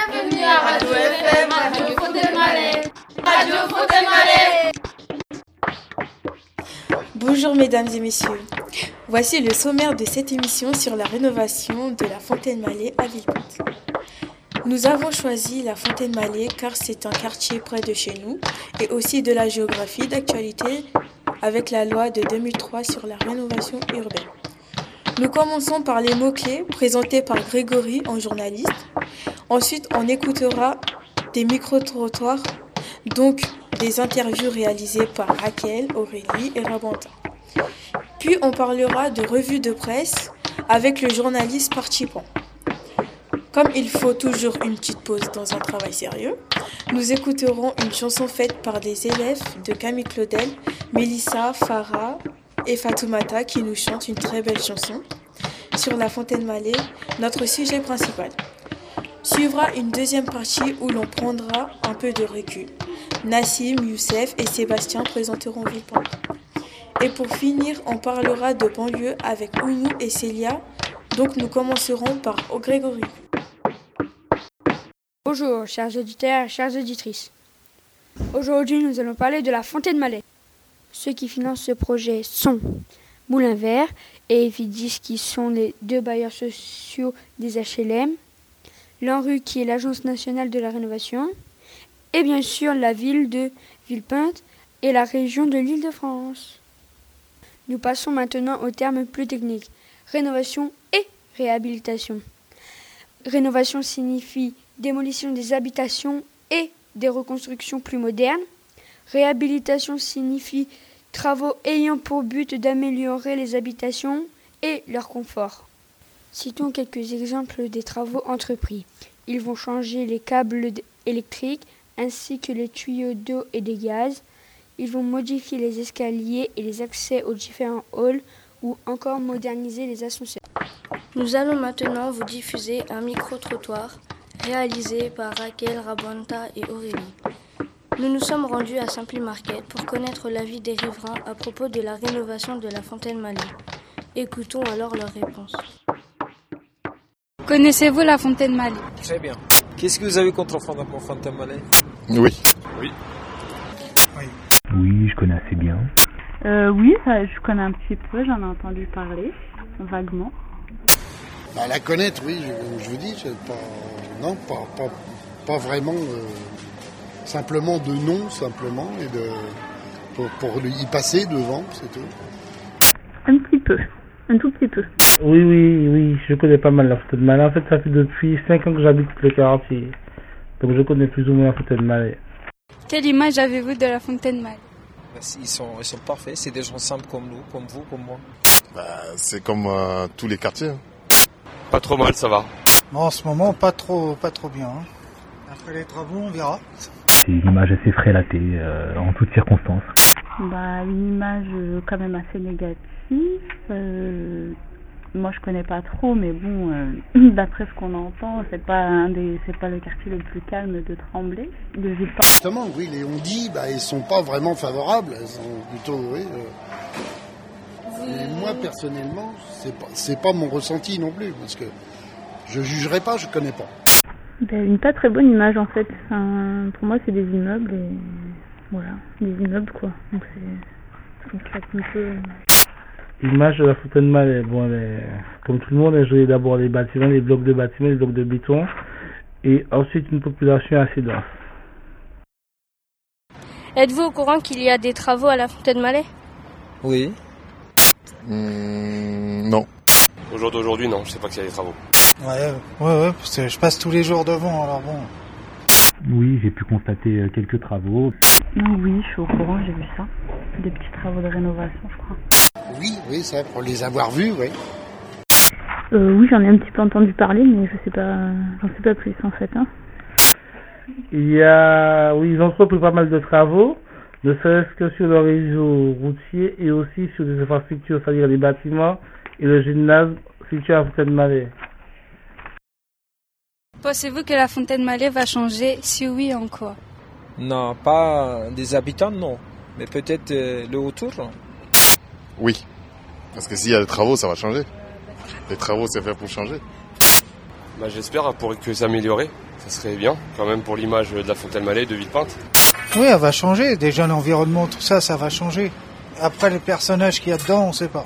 Bienvenue à Radio FM, Radio Fontaine-Malais. Radio Fontaine-Malais. Bonjour mesdames et messieurs. Voici le sommaire de cette émission sur la rénovation de la Fontaine-Malais à Villepinte. Nous avons choisi la Fontaine-Malais car c'est un quartier près de chez nous et aussi de la géographie d'actualité avec la loi de 2003 sur la rénovation urbaine. Nous commençons par les mots-clés présentés par Grégory en journaliste. Ensuite, on écoutera des micro-trottoirs, donc des interviews réalisées par Raquel, Aurélie et Rabanta. Puis on parlera de revues de presse avec le journaliste participant. Comme il faut toujours une petite pause dans un travail sérieux, nous écouterons une chanson faite par des élèves de Camille Claudel, Mélissa, Farah et Fatoumata qui nous chantent une très belle chanson sur la Fontaine-Malais, notre sujet principal. Suivra une deuxième partie où l'on prendra un peu de recul. Nassim, Youssef et Sébastien présenteront Villepinte. Et pour finir, on parlera de banlieue avec Oumou et Célia. Donc nous commencerons par Grégory. Bonjour, chers auditeurs et chères auditrices. Aujourd'hui, nous allons parler de la Fontaine-Malais. Ceux qui financent ce projet sont Moulin Vert et Evidis, qui sont les deux bailleurs sociaux des HLM, l'ANRU, qui est l'Agence nationale de la rénovation, et bien sûr la ville de Villepinte et la région de l'Île-de-France. Nous passons maintenant aux termes plus techniques. Rénovation et réhabilitation. Rénovation signifie démolition des habitations et des reconstructions plus modernes. Réhabilitation signifie travaux ayant pour but d'améliorer les habitations et leur confort. Citons quelques exemples des travaux entrepris. Ils vont changer les câbles électriques ainsi que les tuyaux d'eau et de gaz. Ils vont modifier les escaliers et les accès aux différents halls ou encore moderniser les ascenseurs. Nous allons maintenant vous diffuser un micro-trottoir réalisé par Raquel, Rabanta et Aurélie. Nous nous sommes rendus à Simply Market pour connaître l'avis des riverains à propos de la rénovation de la Fontaine-Malais. Écoutons alors leurs réponses. Connaissez-vous la Fontaine-Malais? Très bien. Qu'est-ce que vous avez contre la Fontaine-Malais? Oui. Oui, je connais assez bien. Oui, je connais un petit peu, j'en ai entendu parler, vaguement. La connaître, oui, je vous dis, pas vraiment, simplement de nom, simplement, et pour y passer devant, c'est tout. Un petit peu, un tout petit peu. Oui, je connais pas mal la Fontaine-Malais. En fait, ça fait depuis 5 ans que j'habite le quartier, donc je connais plus ou moins la Fontaine-Malais. Quelle image avez-vous de la Fontaine-Malais? Ils sont parfaits, c'est des gens simples comme nous, comme vous, comme moi. C'est comme tous les quartiers. Pas trop mal, ça va. En ce moment, pas trop bien. Après les travaux, on verra. C'est une image assez frélatée, en toutes circonstances. Une image quand même assez négative. Moi, je connais pas trop, mais bon, d'après ce qu'on entend, c'est pas le quartier le plus calme de Tremblay, de Villepinte. Justement, oui, les on-dit, ils sont pas vraiment favorables. Ils sont plutôt, oui. Et moi, personnellement, c'est pas mon ressenti non plus, parce que je jugerai pas, je connais pas. Une pas très bonne image, en fait. Pour moi, c'est des immeubles, et voilà, des immeubles, quoi. Donc c'est un peu... L'image de la Fontaine-Malais, comme tout le monde, elle jouait d'abord les bâtiments, les blocs de bâtiments, les blocs de béton, et ensuite une population assez dense. Êtes-vous au courant qu'il y a des travaux à la Fontaine-Malais? Oui. Non. Au jour d'aujourd'hui, non, je sais pas qu'il y a des travaux. Ouais, parce que je passe tous les jours devant, alors bon. Oui, j'ai pu constater quelques travaux. Oui, je suis au courant, j'ai vu ça. Des petits travaux de rénovation, je crois. Oui, ça, pour les avoir vus, oui. Oui, j'en ai un petit peu entendu parler, mais j'en sais pas plus, en fait. Ils ont entrepris pas mal de travaux, ne serait-ce que sur le réseau routier et aussi sur des infrastructures, c'est-à-dire les bâtiments et le gymnase situé à Fontaine-Malais. Pensez-vous que la Fontaine-Malais va changer? Si oui, en quoi? Non, pas des habitants, non. Mais peut-être le autour. Oui. Parce que s'il y a des travaux, ça va changer. Les travaux, c'est fait pour changer. J'espère pour que s'améliorer. Ça serait bien, quand même, pour l'image de la Fontaine-Mallet, de Villepinte. Oui, elle va changer. Déjà, l'environnement, tout ça, ça va changer. Après, les personnages qu'il y a dedans, on ne sait pas.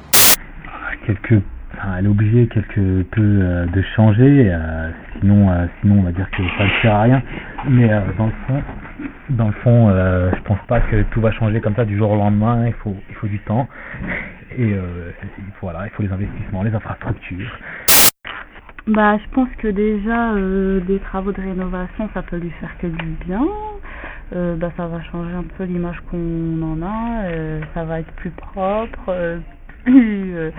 Elle est obligée quelque peu de changer, sinon on va dire que ça ne sert à rien. Mais dans le fond, je pense pas que tout va changer comme ça du jour au lendemain. Il faut du temps et il faut les investissements, les infrastructures. Je pense que déjà des travaux de rénovation, ça peut lui faire que du bien. Ça va changer un peu l'image qu'on en a. Ça va être plus propre. Je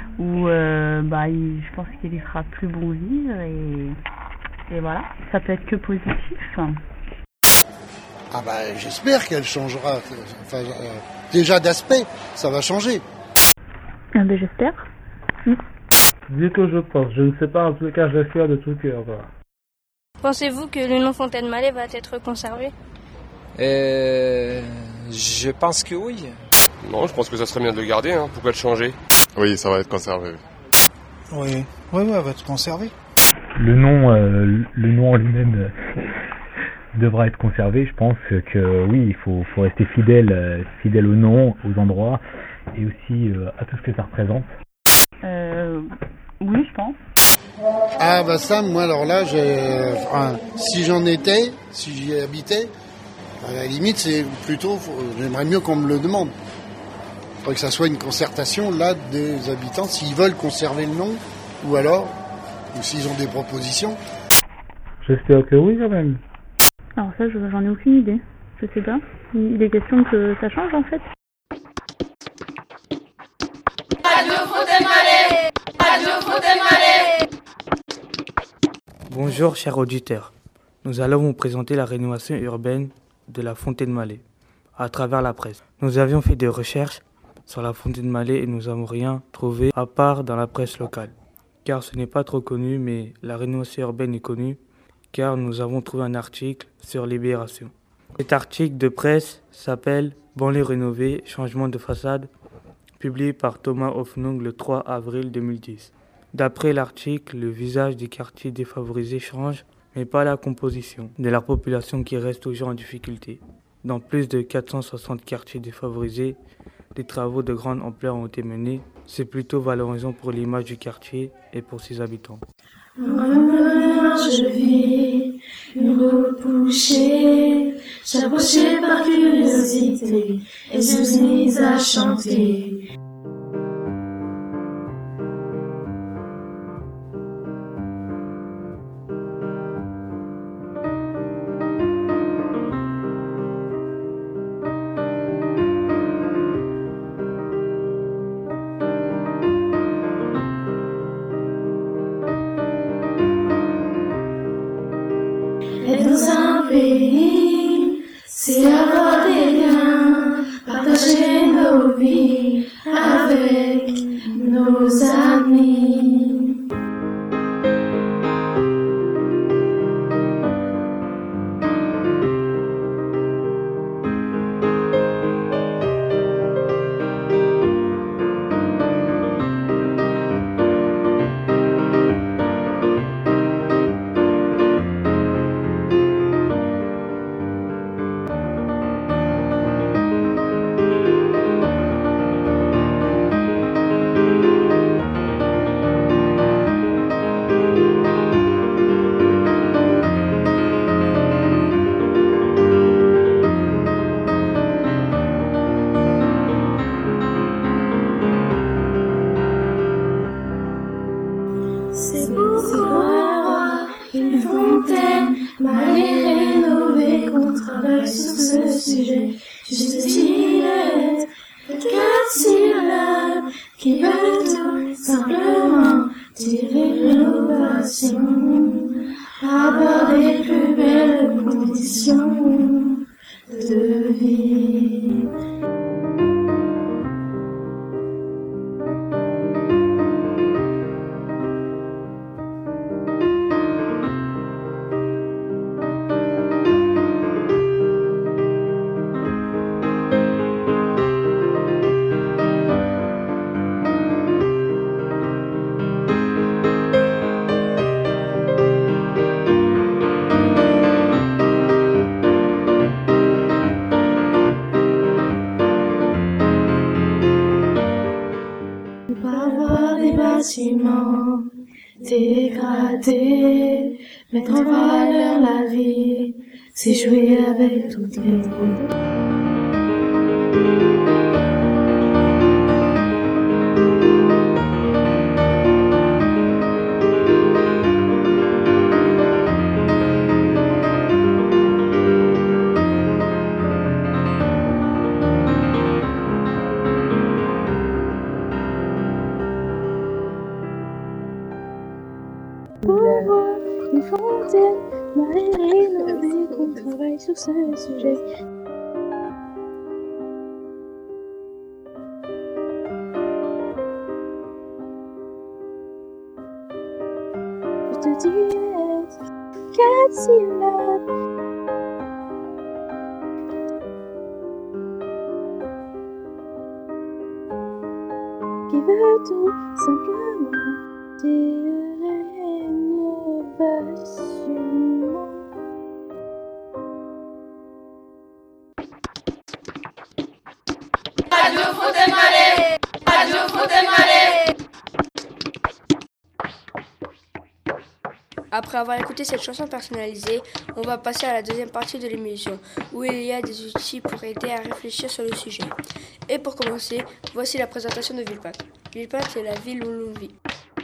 pense qu'il y fera plus bon vivre et voilà, ça peut être que positif. J'espère qu'elle changera. Déjà d'aspect, ça va changer. J'espère. Dis que je pense, je ne sais pas, en tout cas j'espère de tout cœur. Pensez-vous que le nom Fontaine-Mallet va être conservé? Je pense que oui. Non, je pense que ça serait bien de le garder, hein. Pourquoi le changer? Oui, ça va être conservé. Oui, elle va être conservée. Le nom en lui-même devra être conservé. Je pense que oui, il faut rester fidèle au nom, aux endroits et aussi à tout ce que ça représente. Oui, je pense. Ça, moi alors là, si j'y habitais, à la limite, c'est plutôt, j'aimerais mieux qu'on me le demande. Il faudrait que ça soit une concertation là des habitants, s'ils veulent conserver le nom, ou s'ils ont des propositions. J'espère que oui quand même. Alors ça, j'en ai aucune idée. Je sais pas. Il est question que ça change en fait. Radio Fontaine-Mallet! Radio Fontaine-Mallet! Bonjour chers auditeurs. Nous allons vous présenter la rénovation urbaine de la Fontaine-Mallet à travers la presse. Nous avions fait des recherches sur la Fontaine-Mallet et nous n'avons rien trouvé à part dans la presse locale. Car ce n'est pas trop connu, mais la rénovation urbaine est connue car nous avons trouvé un article sur Libération. Cet article de presse s'appelle « Banlieue rénovée, changement de façade » publié par Thomas Hoffnung le 3 avril 2010. D'après l'article, le visage des quartiers défavorisés change, mais pas la composition de leur population qui reste toujours en difficulté. Dans plus de 460 quartiers défavorisés, des travaux de grande ampleur ont été menés. C'est plutôt valorisant pour l'image du quartier et pour ses habitants. Je vis une route bouchée, j'approchais par curiosité et je me mis à chanter. Et dans un pays, c'est avoir des liens, partager nos vies avec nos amis. C'est pourquoi une Fontaine-Mallet rénovée qu'on travaille sur ce sujet. Juste une lettre de 4 syllabes qui veut tout simplement dire rénovation. Avoir des plus belles conditions de vie. bâtiments dégradés, mettre en valeur la vie, c'est jouer avec toutes les vies. Une fontaine Malais rénovée, qu'on travaille sur ce sujet. Je te dirai 4 syllabes. Qui veut tout simplement dire rénovation. Radio Fontaine Malais, Radio Fontaine Malais. Après avoir écouté cette chanson personnalisée, on va passer à la deuxième partie de l'émission, où il y a des outils pour aider à réfléchir sur le sujet. Et pour commencer, voici la présentation de Villepinte. Villepinte, c'est la ville où l'on vit.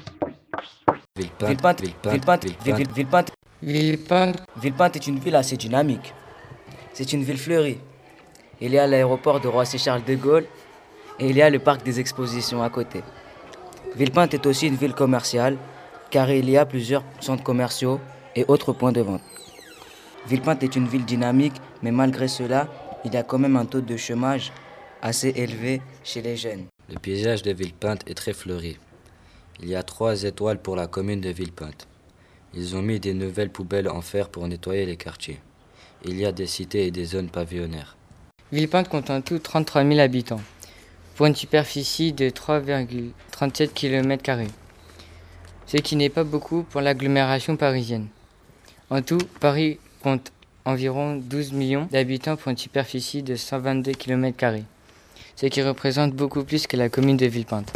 Villepinte est une ville assez dynamique. C'est une ville fleurie. Il y a l'aéroport de Roissy-Charles de Gaulle et il y a le parc des expositions à côté. Villepinte est aussi une ville commerciale car il y a plusieurs centres commerciaux et autres points de vente. Villepinte est une ville dynamique, mais malgré cela, il y a quand même un taux de chômage assez élevé chez les jeunes. Le paysage de Villepinte est très fleuri. Il y a 3 étoiles pour la commune de Villepinte. Ils ont mis des nouvelles poubelles en fer pour nettoyer les quartiers. Il y a des cités et des zones pavillonnaires. Villepinte compte en tout 33 000 habitants, pour une superficie de 3,37 km², ce qui n'est pas beaucoup pour l'agglomération parisienne. En tout, Paris compte environ 12 millions d'habitants pour une superficie de 122 km², ce qui représente beaucoup plus que la commune de Villepinte.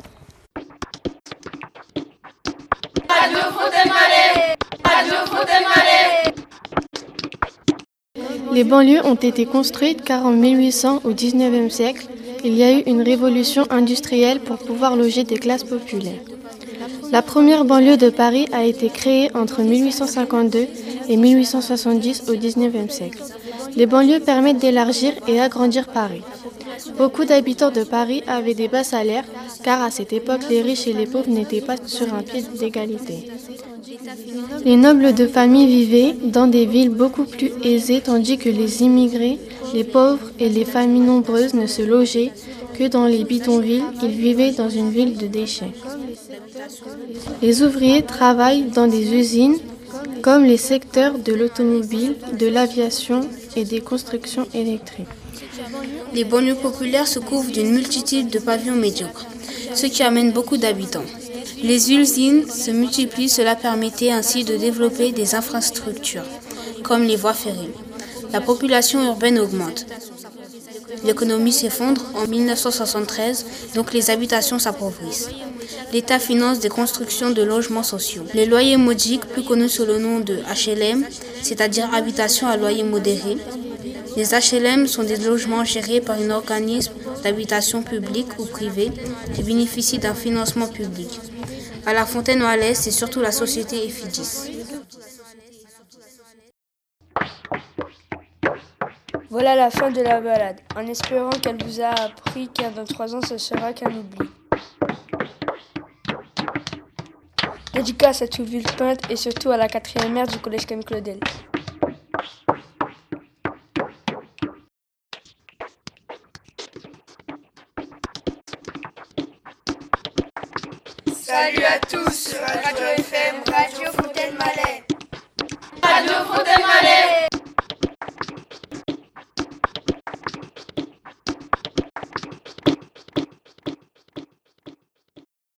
Radio Fontaine Malais, Radio Fontaine Malais. Les banlieues ont été construites car en 1800 au 19e siècle, il y a eu une révolution industrielle pour pouvoir loger des classes populaires. La première banlieue de Paris a été créée entre 1852 et 1870 au 19e siècle. Les banlieues permettent d'élargir et agrandir Paris. Beaucoup d'habitants de Paris avaient des bas salaires car à cette époque, les riches et les pauvres n'étaient pas sur un pied d'égalité. Les nobles de famille vivaient dans des villes beaucoup plus aisées tandis que les immigrés, les pauvres et les familles nombreuses ne se logeaient que dans les bidonvilles, ils vivaient dans une ville de déchets. Les ouvriers travaillent dans des usines comme les secteurs de l'automobile, de l'aviation et des constructions électriques. Les banlieues populaires se couvrent d'une multitude de pavillons médiocres, ce qui amène beaucoup d'habitants. Les usines se multiplient, cela permettait ainsi de développer des infrastructures, comme les voies ferrées. La population urbaine augmente. L'économie s'effondre en 1973, donc les habitations s'appauvrissent. L'État finance des constructions de logements sociaux. Les loyers modiques, plus connus sous le nom de HLM, c'est-à-dire habitations à loyer modéré. Les HLM sont des logements gérés par un organisme d'habitation publique ou privé qui bénéficie d'un financement public. À la Fontaine-Malais, c'est surtout la société Efidis. Voilà la fin de la balade, en espérant qu'elle vous a appris qu'à dans 3 ans, ce sera qu'un oubli. Dédicace à tout Villepinte et surtout à la 4e R du collège Camille Claudel. Salut à tous sur Radio FM, Radio Fontaine Malais. Radio Fontaine Malais.